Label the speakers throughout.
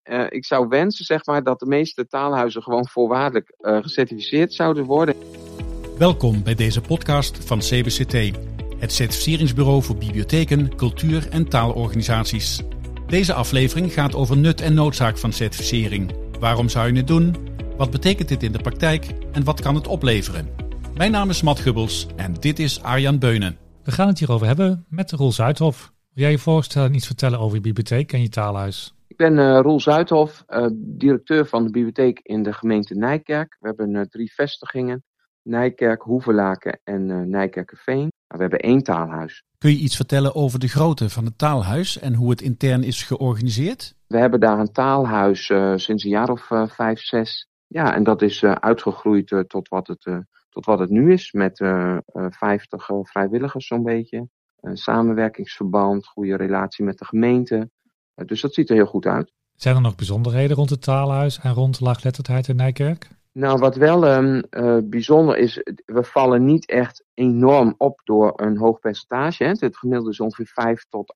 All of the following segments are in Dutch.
Speaker 1: Ik zou wensen, zeg maar, dat de meeste taalhuizen gewoon voorwaardelijk gecertificeerd zouden worden.
Speaker 2: Welkom bij deze podcast van CBCT, het certificeringsbureau voor bibliotheken, cultuur- en taalorganisaties. Deze aflevering gaat over nut en noodzaak van certificering. Waarom zou je het doen? Wat betekent dit in de praktijk? En wat kan het opleveren? Mijn naam is Matt Gubbels en dit is Arjan Beunen.
Speaker 3: We gaan het hierover hebben met Roel Zuidhof. Wil jij je voorstellen en iets vertellen over je bibliotheek en je taalhuis?
Speaker 1: Ik ben Roel Zuidhof, directeur van de bibliotheek in de gemeente Nijkerk. We hebben 3 vestigingen, Nijkerk, Hoevelaken en Nijkerkerveen. We hebben 1 taalhuis.
Speaker 2: Kun je iets vertellen over de grootte van het taalhuis en hoe het intern is georganiseerd?
Speaker 1: We hebben daar een taalhuis sinds een jaar of 5, 6. Ja, en dat is uitgegroeid tot wat het nu is, met 50 vrijwilligers zo'n beetje. Een samenwerkingsverband, goede relatie met de gemeente. Dus dat ziet er heel goed uit.
Speaker 3: Zijn er nog bijzonderheden rond het taalhuis en rond laaggeletterdheid in Nijkerk?
Speaker 1: Nou, wat wel bijzonder is, we vallen niet echt enorm op door een hoog percentage. Hè. Het gemiddelde is ongeveer 5 tot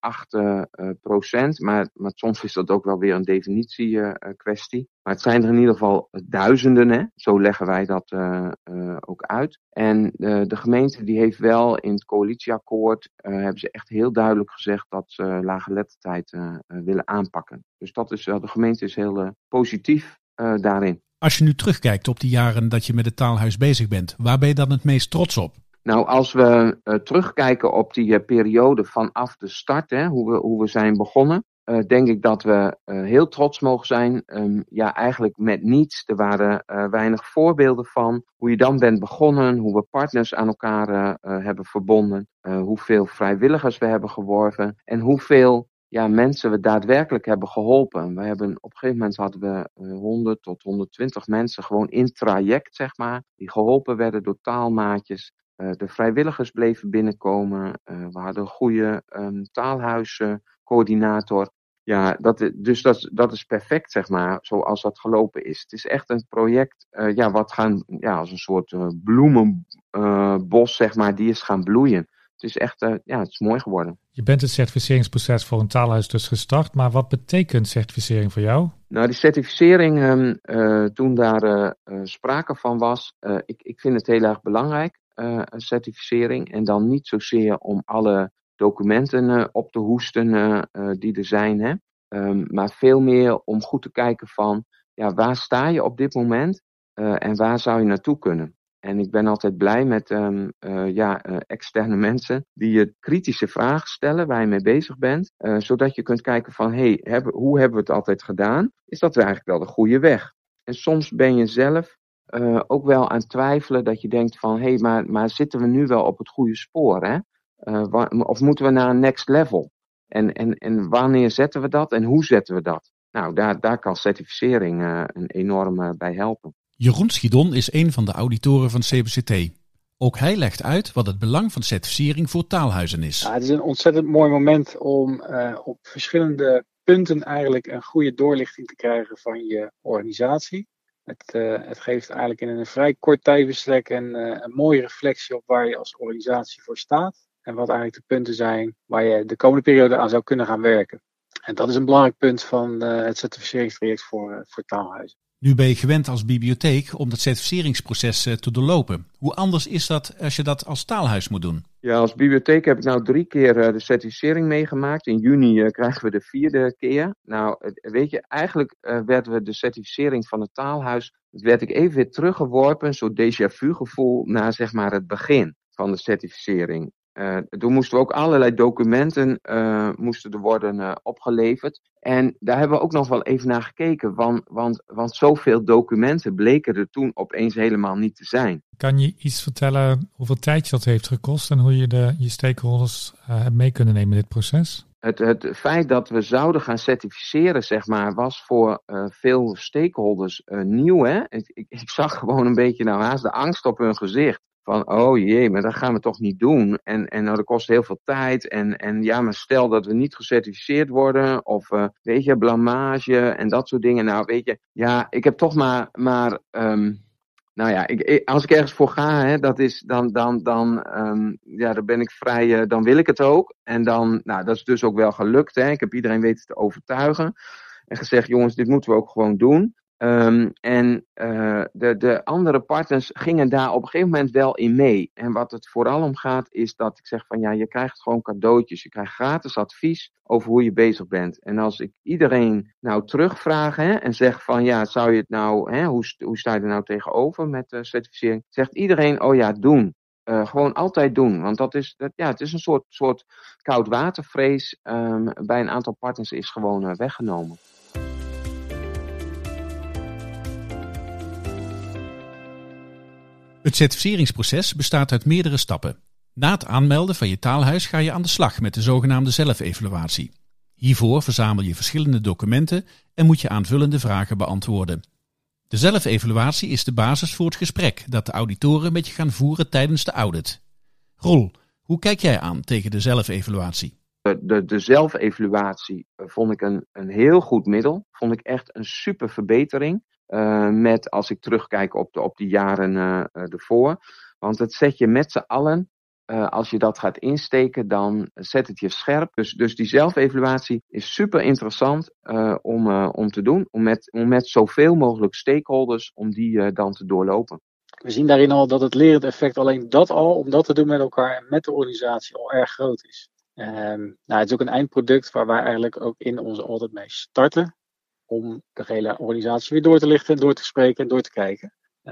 Speaker 1: 8%. Maar soms is dat ook wel weer een definitiekwestie. Maar het zijn er in ieder geval duizenden. Hè. Zo leggen wij dat ook uit. En de gemeente die heeft wel in het coalitieakkoord, hebben ze echt heel duidelijk gezegd dat ze laaggeletterdheid willen aanpakken. Dus dat is, de gemeente is heel positief daarin.
Speaker 2: Als je nu terugkijkt op die jaren dat je met het taalhuis bezig bent, waar ben je dan het meest trots op?
Speaker 1: Nou, als we terugkijken op die periode vanaf de start, hè, hoe we zijn begonnen, denk ik dat we heel trots mogen zijn. Eigenlijk met niets. Er waren weinig voorbeelden van hoe je dan bent begonnen, hoe we partners aan elkaar hebben verbonden, hoeveel vrijwilligers we hebben geworven en hoeveel mensen we daadwerkelijk hebben geholpen. Op een gegeven moment hadden we 100 tot 120 mensen gewoon in traject, zeg maar, die geholpen werden door taalmaatjes. De vrijwilligers bleven binnenkomen. We hadden een goede taalhuiscoördinator. Ja, dat is perfect, zeg maar, zoals dat gelopen is. Het is echt een project wat als een soort bloemenbos, zeg maar, die is gaan bloeien. Het is echt, het is mooi geworden.
Speaker 3: Je bent het certificeringsproces voor een taalhuis dus gestart, maar wat betekent certificering voor jou?
Speaker 1: Nou, die certificering, toen daar sprake van was, ik vind het heel erg belangrijk, een certificering. En dan niet zozeer om alle documenten op te hoesten die er zijn, hè. Maar veel meer om goed te kijken van, waar sta je op dit moment en waar zou je naartoe kunnen? En ik ben altijd blij met externe mensen die je kritische vragen stellen waar je mee bezig bent. Zodat je kunt kijken van, hoe hebben we het altijd gedaan? Is dat eigenlijk wel de goede weg? En soms ben je zelf ook wel aan het twijfelen dat je denkt van, maar zitten we nu wel op het goede spoor? Hè? Of moeten we naar een next level? En wanneer zetten we dat en hoe zetten we dat? Nou, daar kan certificering een enorm bij helpen.
Speaker 2: Jeroen Schiedon is een van de auditoren van CBCT. Ook hij legt uit wat het belang van certificering voor taalhuizen is.
Speaker 4: Ja, het is een ontzettend mooi moment om op verschillende punten eigenlijk een goede doorlichting te krijgen van je organisatie. Het geeft eigenlijk in een vrij kort tijdsbestek een mooie reflectie op waar je als organisatie voor staat. En wat eigenlijk de punten zijn waar je de komende periode aan zou kunnen gaan werken. En dat is een belangrijk punt van het certificeringstraject voor taalhuizen.
Speaker 2: Nu ben je gewend als bibliotheek om dat certificeringsproces te doorlopen. Hoe anders is dat als je dat als taalhuis moet doen?
Speaker 1: Ja, als bibliotheek heb ik nou 3 keer de certificering meegemaakt. In juni krijgen we de 4e keer. Nou, weet je, eigenlijk werden we de certificering van het taalhuis, werd ik even weer teruggeworpen, zo'n déjà vu gevoel naar, zeg maar, het begin van de certificering. Toen moesten we ook allerlei documenten moesten er worden opgeleverd. En daar hebben we ook nog wel even naar gekeken. Want zoveel documenten bleken er toen opeens helemaal niet te zijn.
Speaker 3: Kan je iets vertellen hoeveel tijd je dat heeft gekost en hoe je je stakeholders hebt mee kunnen nemen in dit proces?
Speaker 1: Het feit dat we zouden gaan certificeren, zeg maar, was voor veel stakeholders nieuw. Hè? Ik zag gewoon een beetje haast de angst op hun gezicht. Van, oh jee, maar dat gaan we toch niet doen. En dat kost heel veel tijd. En maar stel dat we niet gecertificeerd worden. Of, blamage en dat soort dingen. Nou, weet je, ik heb toch als ik ergens voor ga, hè, dat is dan ben ik vrij, dan wil ik het ook. En dan, dat is dus ook wel gelukt. Hè. Ik heb iedereen weten te overtuigen. en gezegd, jongens, dit moeten we ook gewoon doen. De andere partners gingen daar op een gegeven moment wel in mee. En wat het vooral om gaat is dat ik zeg van ja, je krijgt gewoon cadeautjes. Je krijgt gratis advies over hoe je bezig bent. En als ik iedereen nou terugvraag en zeg van ja, zou je het nou, hoe sta je er nou tegenover met certificering? Zegt iedereen, oh ja, doen. Gewoon altijd doen. Want het is een soort koudwatervrees bij een aantal partners is gewoon weggenomen.
Speaker 2: Het certificeringsproces bestaat uit meerdere stappen. Na het aanmelden van je taalhuis ga je aan de slag met de zogenaamde zelfevaluatie. Hiervoor verzamel je verschillende documenten en moet je aanvullende vragen beantwoorden. De zelfevaluatie is de basis voor het gesprek dat de auditoren met je gaan voeren tijdens de audit. Roel, hoe kijk jij aan tegen de zelfevaluatie?
Speaker 1: De zelfevaluatie vond ik een heel goed middel. Vond ik echt een super verbetering. Met als ik terugkijk op de jaren ervoor. Want het zet je met z'n allen, als je dat gaat insteken, dan zet het je scherp. Dus die zelfevaluatie is super interessant om te doen. Om met zoveel mogelijk stakeholders, om die dan te doorlopen.
Speaker 4: We zien daarin al dat het lerend effect alleen om dat te doen met elkaar en met de organisatie al erg groot is. Het is ook een eindproduct waar wij eigenlijk ook in onze audit mee starten. Om de hele organisatie weer door te lichten, door te spreken en door te kijken.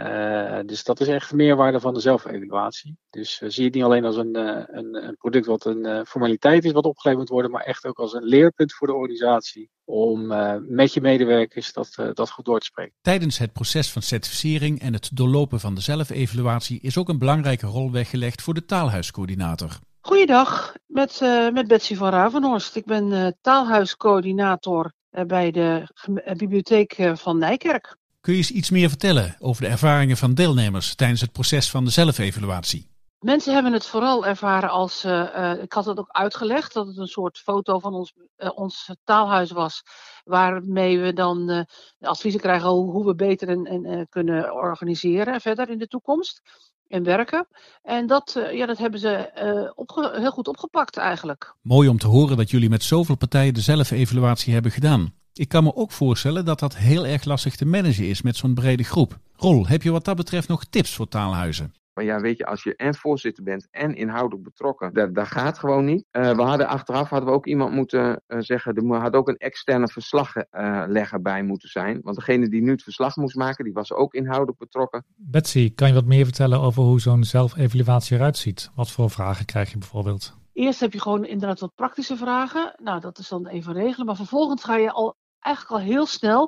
Speaker 4: Dus dat is echt de meerwaarde van de zelfevaluatie. Dus zie het niet alleen als een product wat een formaliteit is wat opgeleverd moet worden, maar echt ook als een leerpunt voor de organisatie. Om met je medewerkers dat goed door te spreken.
Speaker 2: Tijdens het proces van certificering en het doorlopen van de zelfevaluatie is ook een belangrijke rol weggelegd voor de taalhuiscoördinator.
Speaker 5: Goeiedag, met Betsy van Ravenhorst. Ik ben taalhuiscoördinator bij de bibliotheek van Nijkerk.
Speaker 2: Kun je eens iets meer vertellen over de ervaringen van deelnemers tijdens het proces van de zelfevaluatie?
Speaker 5: Mensen hebben het vooral ervaren als, ik had het ook uitgelegd, dat het een soort foto van ons taalhuis was. Waarmee we dan adviezen krijgen hoe we beter en kunnen organiseren verder in de toekomst. En werken. En dat hebben ze heel goed opgepakt eigenlijk.
Speaker 2: Mooi om te horen dat jullie met zoveel partijen de zelfevaluatie hebben gedaan. Ik kan me ook voorstellen dat dat heel erg lastig te managen is met zo'n brede groep. Roel, heb je wat dat betreft nog tips voor taalhuizen?
Speaker 1: Maar ja, weet je, als je en voorzitter bent en inhoudelijk betrokken, dat gaat gewoon niet. Achteraf hadden we ook iemand moeten zeggen, er had ook een externe verslaglegger bij moeten zijn. Want degene die nu het verslag moest maken, die was ook inhoudelijk betrokken.
Speaker 3: Betsy, kan je wat meer vertellen over hoe zo'n zelfevaluatie eruit ziet? Wat voor vragen krijg je bijvoorbeeld?
Speaker 5: Eerst heb je gewoon inderdaad wat praktische vragen. Nou, dat is dan even regelen. Maar vervolgens ga je eigenlijk al heel snel,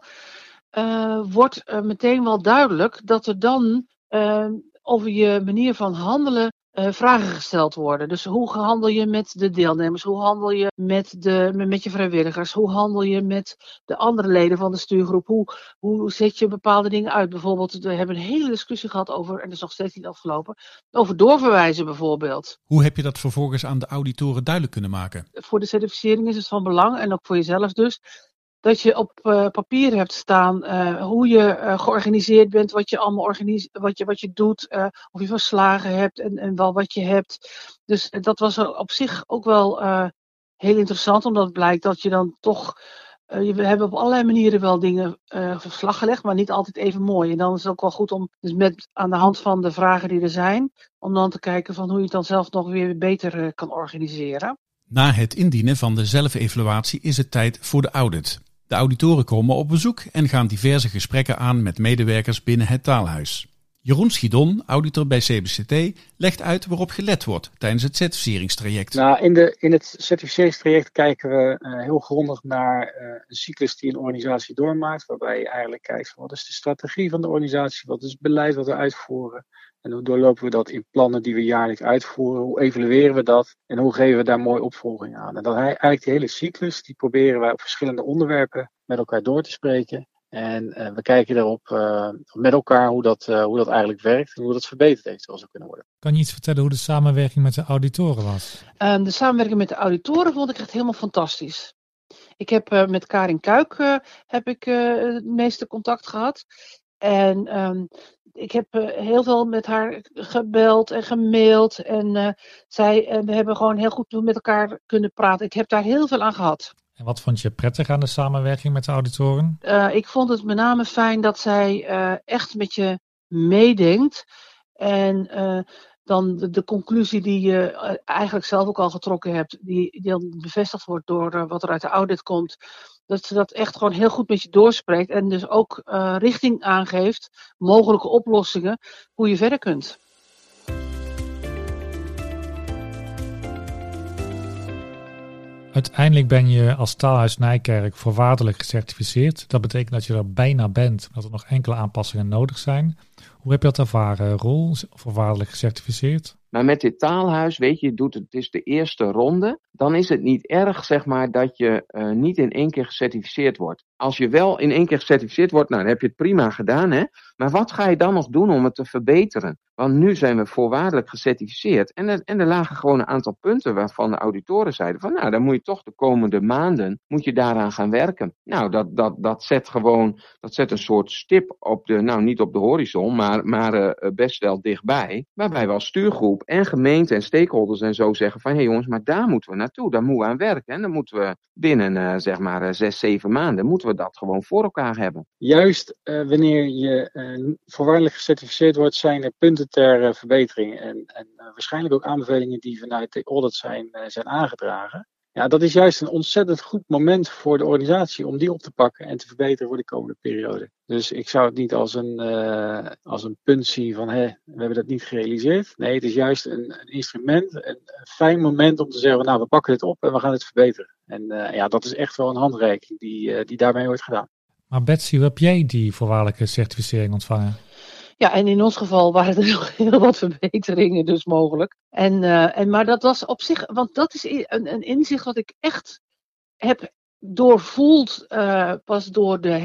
Speaker 5: wordt meteen wel duidelijk dat er dan over je manier van handelen vragen gesteld worden. Dus hoe handel je met de deelnemers? Hoe handel je met je vrijwilligers? Hoe handel je met de andere leden van de stuurgroep? Hoe zet je bepaalde dingen uit? Bijvoorbeeld, we hebben een hele discussie gehad over, en dat is nog steeds niet afgelopen, over doorverwijzen bijvoorbeeld.
Speaker 2: Hoe heb je dat vervolgens aan de auditoren duidelijk kunnen maken? Voor
Speaker 5: de certificering is het van belang, en ook voor jezelf dus, dat je op papier hebt staan hoe je georganiseerd bent, wat je allemaal wat je doet, of je verslagen hebt en wel wat je hebt. Dus dat was op zich ook wel heel interessant, omdat het blijkt dat je dan toch, we hebben op allerlei manieren wel dingen verslag gelegd, maar niet altijd even mooi. En dan is het ook wel goed om, dus aan de hand van de vragen die er zijn, om dan te kijken van hoe je het dan zelf nog weer beter kan organiseren.
Speaker 2: Na het indienen van de zelfevaluatie is het tijd voor de audit. De auditoren komen op bezoek en gaan diverse gesprekken aan met medewerkers binnen het taalhuis. Jeroen Schiedon, auditor bij CBCT, legt uit waarop gelet wordt tijdens het certificeringstraject.
Speaker 4: Nou, in het certificeringstraject kijken we heel grondig naar een cyclus die een organisatie doormaakt. Waarbij je eigenlijk kijkt van wat is de strategie van de organisatie, wat is het beleid wat we uitvoeren. En hoe doorlopen we dat in plannen die we jaarlijks uitvoeren? Hoe evalueren we dat? En hoe geven we daar mooi opvolging aan? En dat eigenlijk die hele cyclus, die proberen wij op verschillende onderwerpen met elkaar door te spreken. En we kijken erop met elkaar hoe dat eigenlijk werkt en hoe dat verbeterd eventueel zou kunnen worden.
Speaker 3: Kan je iets vertellen hoe de samenwerking met de auditoren was?
Speaker 5: De samenwerking met de auditoren vond ik echt helemaal fantastisch. Ik heb met Karin Kuik het meeste contact gehad. En ik heb heel veel met haar gebeld en gemaild. En we hebben gewoon heel goed met elkaar kunnen praten. Ik heb daar heel veel aan gehad.
Speaker 3: En wat vond je prettig aan de samenwerking met de auditoren?
Speaker 5: Ik vond het met name fijn dat zij echt met je meedenkt. En dan de conclusie die je eigenlijk zelf ook al getrokken hebt, die dan bevestigd wordt door wat er uit de audit komt, dat ze dat echt gewoon heel goed met je doorspreekt en dus ook richting aangeeft, mogelijke oplossingen, hoe je verder kunt.
Speaker 3: Uiteindelijk ben je als Taalhuis Nijkerk voorwaardelijk gecertificeerd. Dat betekent dat je er bijna bent, dat er nog enkele aanpassingen nodig zijn. Hoe heb je dat ervaren, Roel, voorwaardelijk gecertificeerd?
Speaker 1: Maar met dit taalhuis, weet je, het is de eerste ronde. Dan is het niet erg, zeg maar, dat je niet in één keer gecertificeerd wordt. Als je wel in één keer gecertificeerd wordt, nou, dan heb je het prima gedaan, hè. Maar wat ga je dan nog doen om het te verbeteren? Want nu zijn we voorwaardelijk gecertificeerd. En er lagen gewoon een aantal punten waarvan de auditoren zeiden van, nou, dan moet je toch de komende maanden, moet je daaraan gaan werken. Nou, dat zet een soort stip op de, nou, niet op de horizon, maar best wel dichtbij. Waarbij we als stuurgroep en gemeente en stakeholders en zo zeggen van, hé jongens, maar daar moeten we naartoe, daar moeten we aan werken. En dan moeten we binnen, zeg maar, 6-7 maanden, moeten we dat gewoon voor elkaar hebben.
Speaker 4: Juist wanneer je voorwaardelijk gecertificeerd wordt, zijn er punten ter verbetering. En waarschijnlijk ook aanbevelingen die vanuit de audit zijn aangedragen. Ja, dat is juist een ontzettend goed moment voor de organisatie om die op te pakken en te verbeteren voor de komende periode. Dus ik zou het niet als een punt zien van we hebben dat niet gerealiseerd. Nee, het is juist een instrument, een fijn moment om te zeggen, nou, we pakken dit op en we gaan het verbeteren. En dat is echt wel een handreiking die daarmee wordt gedaan.
Speaker 3: Maar Betsy, hoe heb jij die voorwaardelijke certificering ontvangen?
Speaker 5: Ja, en in ons geval waren er nog heel wat verbeteringen dus mogelijk. Maar dat was op zich, want dat is een inzicht wat ik echt heb doorvoeld pas door de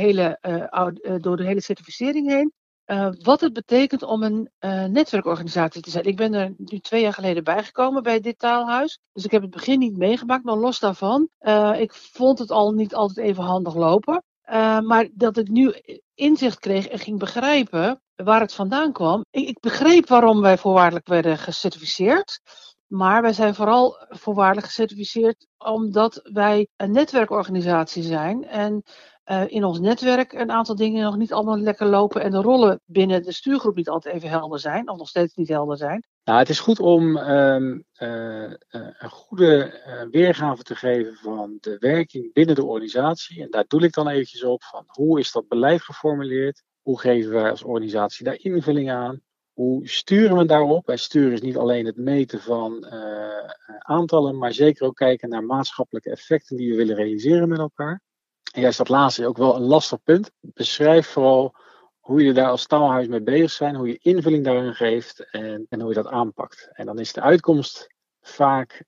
Speaker 5: hele certificering heen. Wat het betekent om een netwerkorganisatie te zijn. Ik ben er nu 2 jaar geleden bijgekomen bij dit taalhuis. Dus ik heb het begin niet meegemaakt, maar los daarvan. Ik vond het al niet altijd even handig lopen. Maar dat ik nu inzicht kreeg en ging begrijpen waar het vandaan kwam. Ik begreep waarom wij voorwaardelijk werden gecertificeerd. Maar wij zijn vooral voorwaardelijk gecertificeerd omdat wij een netwerkorganisatie zijn. En in ons netwerk een aantal dingen nog niet allemaal lekker lopen. En de rollen binnen de stuurgroep niet altijd even helder zijn. Of nog steeds niet helder zijn.
Speaker 4: Nou, het is goed om een goede weergave te geven van de werking binnen de organisatie. En daar doel ik dan eventjes op van hoe is dat beleid geformuleerd? Hoe geven wij als organisatie daar invulling aan? Hoe sturen we daarop? En sturen is niet alleen het meten van aantallen, maar zeker ook kijken naar maatschappelijke effecten die we willen realiseren met elkaar. En juist dat laatste is ook wel een lastig punt. Beschrijf vooral hoe je daar als taalhuis mee bezig bent, hoe je invulling daarin geeft en hoe je dat aanpakt. En dan is de uitkomst vaak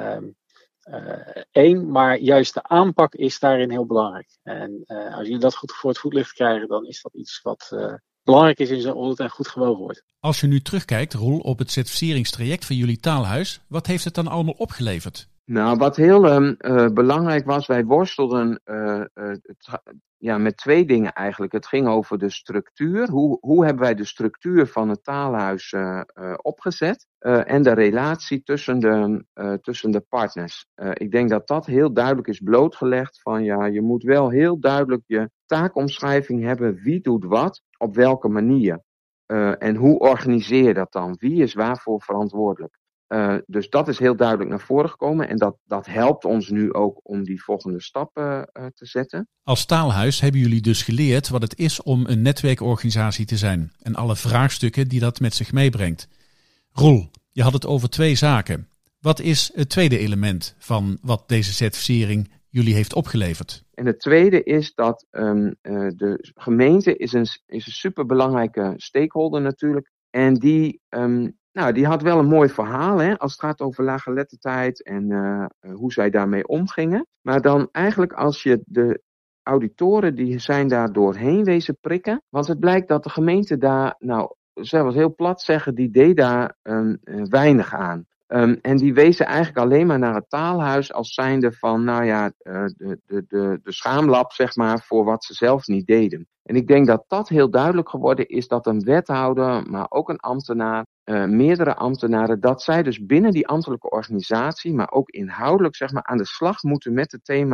Speaker 4: één, maar juist de aanpak is daarin heel belangrijk. En als jullie dat goed voor het voetlicht krijgen, dan is dat iets wat belangrijk is in zo'n audit en goed gewogen wordt.
Speaker 2: Als je nu terugkijkt, Roel, op het certificeringstraject van jullie taalhuis, wat heeft het dan allemaal opgeleverd?
Speaker 1: Nou, wat heel belangrijk was, wij worstelden met 2 dingen eigenlijk. Het ging over de structuur. Hoe hebben wij de structuur van het taalhuis opgezet? En de relatie tussen de partners. Ik denk dat dat heel duidelijk is blootgelegd. Van ja, je moet wel heel duidelijk je taakomschrijving hebben. Wie doet wat, op welke manier? En hoe organiseer je dat dan? Wie is waarvoor verantwoordelijk? Dus dat is heel duidelijk naar voren gekomen en dat helpt ons nu ook om die volgende stap te zetten.
Speaker 2: Als taalhuis hebben jullie dus geleerd wat het is om een netwerkorganisatie te zijn en alle vraagstukken die dat met zich meebrengt. Roel, je had het over 2 zaken. Wat is het tweede element van wat deze certificering jullie heeft opgeleverd?
Speaker 1: En het tweede is dat de gemeente is een superbelangrijke stakeholder natuurlijk en die had wel een mooi verhaal, hè, als het gaat over laaggeletterdheid en hoe zij daarmee omgingen. Maar dan eigenlijk als je de auditoren, die zijn daar doorheen wezen prikken. Want het blijkt dat de gemeente daar, zelfs heel plat zeggen, die deed daar weinig aan. En die wezen eigenlijk alleen maar naar het taalhuis als zijnde van, de schaamlab, zeg maar, voor wat ze zelf niet deden. En ik denk dat dat heel duidelijk geworden is dat een wethouder, maar ook een ambtenaar, meerdere ambtenaren, dat zij dus binnen die ambtelijke organisatie, maar ook inhoudelijk, zeg maar, aan de slag moeten met het thema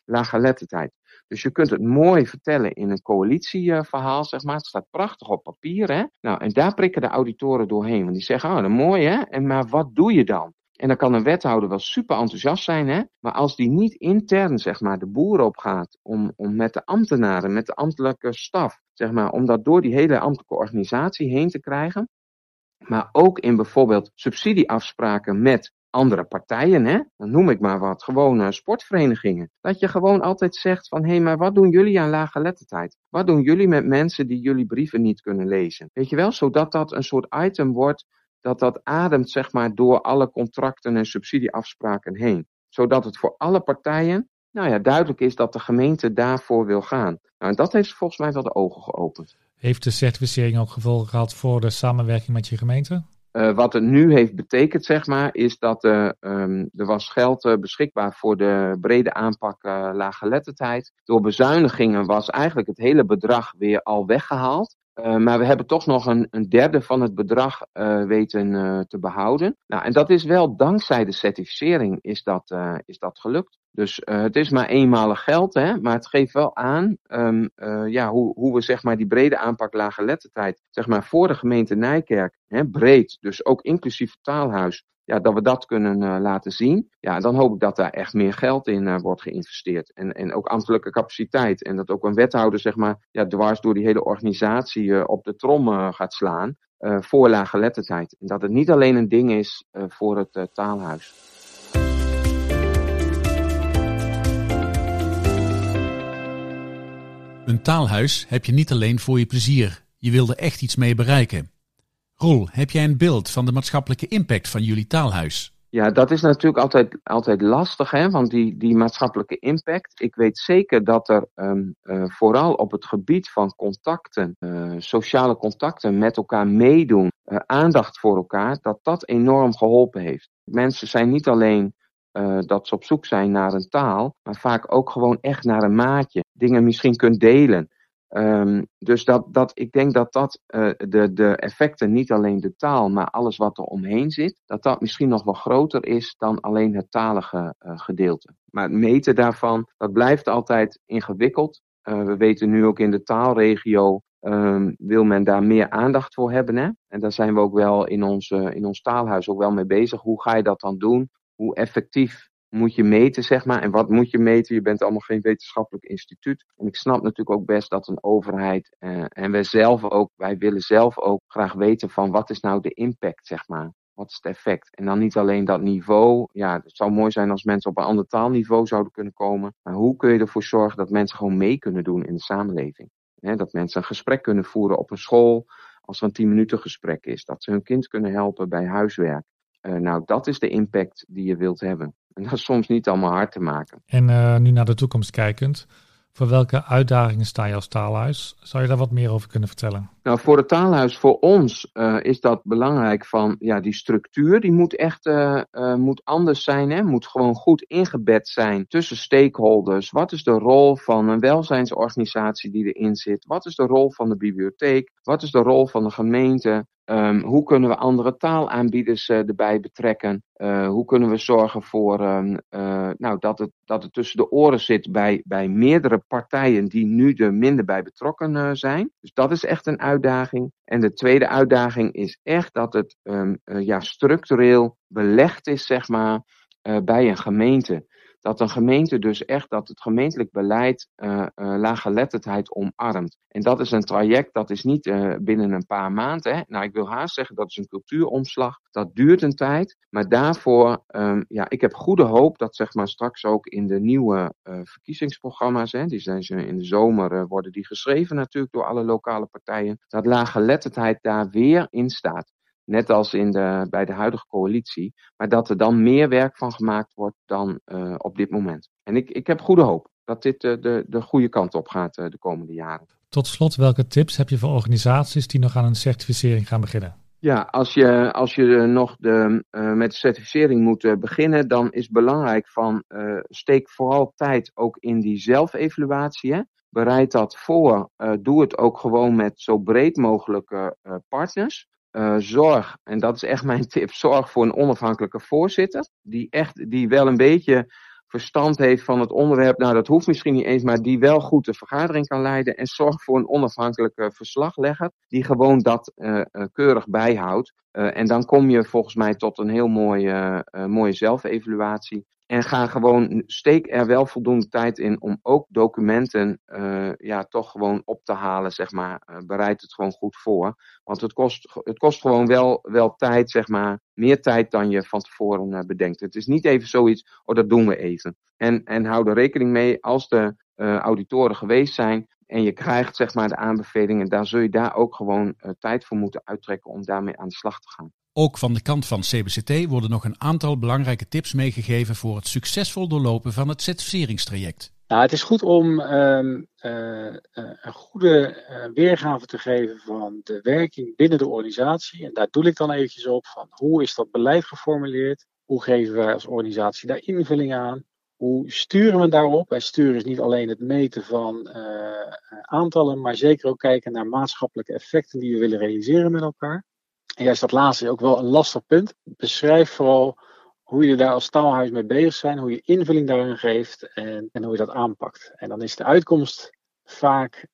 Speaker 1: laaggeletterdheid. Dus je kunt het mooi vertellen in een coalitieverhaal, zeg maar. Het staat prachtig op papier, hè. Nou, en daar prikken de auditoren doorheen. Want die zeggen, dat mooi, hè. En maar wat doe je dan? En dan kan een wethouder wel super enthousiast zijn, hè. Maar als die niet intern, zeg maar, de boer op gaat om met de ambtenaren, met de ambtelijke staf, zeg maar, om dat door die hele ambtelijke organisatie heen te krijgen. Maar ook in bijvoorbeeld subsidieafspraken met andere partijen, hè? Dan noem ik maar wat, gewoon sportverenigingen. Dat je gewoon altijd zegt van, hé, maar wat doen jullie aan laaggeletterdheid? Wat doen jullie met mensen die jullie brieven niet kunnen lezen? Weet je wel, zodat dat een soort item wordt, dat ademt, zeg maar, door alle contracten en subsidieafspraken heen. Zodat het voor alle partijen, duidelijk is dat de gemeente daarvoor wil gaan. Nou, en dat heeft volgens mij wel de ogen geopend.
Speaker 3: Heeft de certificering ook gevolgen gehad voor de samenwerking met je gemeente?
Speaker 1: Wat het nu heeft betekend, zeg maar, is dat er was geld beschikbaar voor de brede aanpak laaggeletterdheid. Door bezuinigingen was eigenlijk het hele bedrag weer al weggehaald. Maar we hebben toch nog een derde van het bedrag weten te behouden. Nou, en dat is wel dankzij de certificering is dat gelukt. Dus het is maar eenmalig geld, hè, maar het geeft wel aan hoe we, zeg maar, die brede aanpak laaggeletterdheid, zeg maar, voor de gemeente Nijkerk, hè, breed, dus ook inclusief het taalhuis, dat we dat kunnen laten zien. Ja, dan hoop ik dat daar echt meer geld in wordt geïnvesteerd. En ook ambtelijke capaciteit. En dat ook een wethouder, zeg maar, dwars door die hele organisatie op de trom gaat slaan voor laaggeletterdheid. En dat het niet alleen een ding is voor het taalhuis.
Speaker 2: Een taalhuis heb je niet alleen voor je plezier. Je wil er echt iets mee bereiken. Roel, heb jij een beeld van de maatschappelijke impact van jullie taalhuis?
Speaker 1: Ja, dat is natuurlijk altijd lastig, hè, want die maatschappelijke impact. Ik weet zeker dat er vooral op het gebied van contacten, sociale contacten met elkaar meedoen, aandacht voor elkaar, dat enorm geholpen heeft. Mensen zijn niet alleen dat ze op zoek zijn naar een taal, maar vaak ook gewoon echt naar een maatje. Dingen misschien kunt delen. Dus ik denk dat de effecten, niet alleen de taal, maar alles wat er omheen zit, dat misschien nog wel groter is dan alleen het talige gedeelte. Maar het meten daarvan, dat blijft altijd ingewikkeld. We weten nu ook in de taalregio, wil men daar meer aandacht voor hebben, hè? En daar zijn we ook wel in ons taalhuis ook wel mee bezig. Hoe ga je dat dan doen? Hoe effectief moet je meten, zeg maar. En wat moet je meten? Je bent allemaal geen wetenschappelijk instituut. En ik snap natuurlijk ook best dat een overheid en wij willen zelf ook graag weten van wat is nou de impact, zeg maar. Wat is het effect? En dan niet alleen dat niveau. Ja, het zou mooi zijn als mensen op een ander taalniveau zouden kunnen komen. Maar hoe kun je ervoor zorgen dat mensen gewoon mee kunnen doen in de samenleving? Dat mensen een gesprek kunnen voeren op een school als er een 10 minuten gesprek is. Dat ze hun kind kunnen helpen bij huiswerk. Dat is de impact die je wilt hebben. En dat is soms niet allemaal hard te maken.
Speaker 3: En nu naar de toekomst kijkend, voor welke uitdagingen sta je als taalhuis? Zou je daar wat meer over kunnen vertellen?
Speaker 1: Nou, voor het taalhuis, voor ons is dat belangrijk van, die structuur, die moet echt moet anders zijn, hè? Moet gewoon goed ingebed zijn tussen stakeholders. Wat is de rol van een welzijnsorganisatie die erin zit? Wat is de rol van de bibliotheek? Wat is de rol van de gemeente? Hoe kunnen we andere taalaanbieders erbij betrekken? Hoe kunnen we zorgen voor dat het tussen de oren zit bij meerdere partijen die nu er minder bij betrokken zijn? Dus dat is echt een uitdaging. En de tweede uitdaging is echt dat het structureel belegd is, zeg maar, bij een gemeente. Dat een gemeente dus echt, dat het gemeentelijk beleid laaggeletterdheid omarmt. En dat is een traject, dat is niet binnen een paar maanden. Hè. Nou, ik wil haast zeggen, dat is een cultuuromslag. Dat duurt een tijd. Maar daarvoor, ik heb goede hoop dat, zeg maar, straks ook in de nieuwe verkiezingsprogramma's, hè, die zijn ze in de zomer, worden die geschreven natuurlijk door alle lokale partijen, dat laaggeletterdheid daar weer in staat. Net als bij de huidige coalitie. Maar dat er dan meer werk van gemaakt wordt dan op dit moment. En ik heb goede hoop dat dit de goede kant op gaat de komende jaren.
Speaker 3: Tot slot, welke tips heb je voor organisaties die nog aan een certificering gaan beginnen?
Speaker 1: Ja, als je nog met de certificering moet beginnen, dan is belangrijk van steek vooral tijd ook in die zelfevaluatie. Hè? Bereid dat voor. Doe het ook gewoon met zo breed mogelijke partners. Zorg, en dat is echt mijn tip, zorg voor een onafhankelijke voorzitter. Die wel een beetje verstand heeft van het onderwerp. Nou, dat hoeft misschien niet eens, maar die wel goed de vergadering kan leiden. En zorg voor een onafhankelijke verslaglegger die gewoon dat keurig bijhoudt. En dan kom je volgens mij tot een heel mooie zelfevaluatie. En steek er wel voldoende tijd in om ook documenten toch gewoon op te halen, zeg maar. Bereid het gewoon goed voor. Want het kost gewoon wel tijd, zeg maar. Meer tijd dan je van tevoren bedenkt. Het is niet even zoiets, dat doen we even. En hou er rekening mee, als de auditoren geweest zijn en je krijgt, zeg maar, de aanbevelingen, dan zul je daar ook gewoon tijd voor moeten uittrekken om daarmee aan de slag te gaan.
Speaker 2: Ook van de kant van CBCT worden nog een aantal belangrijke tips meegegeven voor het succesvol doorlopen van het certificeringstraject.
Speaker 4: Nou, het is goed om een goede weergave te geven van de werking binnen de organisatie. En daar doe ik dan eventjes op van hoe is dat beleid geformuleerd? Hoe geven wij als organisatie daar invulling aan? Hoe sturen we daarop? En sturen is niet alleen het meten van aantallen, maar zeker ook kijken naar maatschappelijke effecten die we willen realiseren met elkaar. En juist dat laatste is ook wel een lastig punt. Beschrijf vooral hoe je daar als taalhuis mee bezig bent, hoe je invulling daarin geeft en hoe je dat aanpakt. En dan is de uitkomst vaak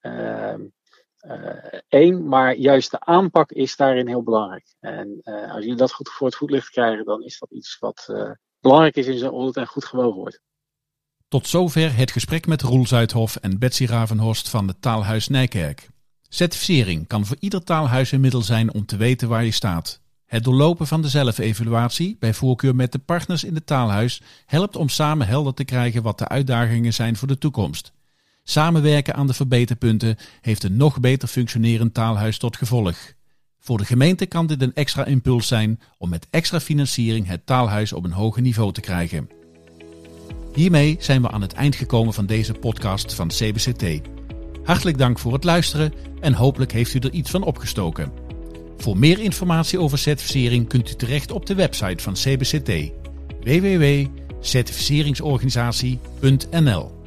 Speaker 4: één, maar juist de aanpak is daarin heel belangrijk. En als jullie dat goed voor het voetlicht krijgen, dan is dat iets wat belangrijk is in zo'n audit en goed gewogen wordt.
Speaker 2: Tot zover het gesprek met Roel Zuidhof en Betsy Ravenhorst van het Taalhuis Nijkerk. Certificering kan voor ieder taalhuis een middel zijn om te weten waar je staat. Het doorlopen van de zelfevaluatie, bij voorkeur met de partners in het taalhuis, helpt om samen helder te krijgen wat de uitdagingen zijn voor de toekomst. Samenwerken aan de verbeterpunten heeft een nog beter functionerend taalhuis tot gevolg. Voor de gemeente kan dit een extra impuls zijn om met extra financiering het taalhuis op een hoger niveau te krijgen. Hiermee zijn we aan het eind gekomen van deze podcast van CBCT. Hartelijk dank voor het luisteren en hopelijk heeft u er iets van opgestoken. Voor meer informatie over certificering kunt u terecht op de website van CBCT: www.certificeringsorganisatie.nl.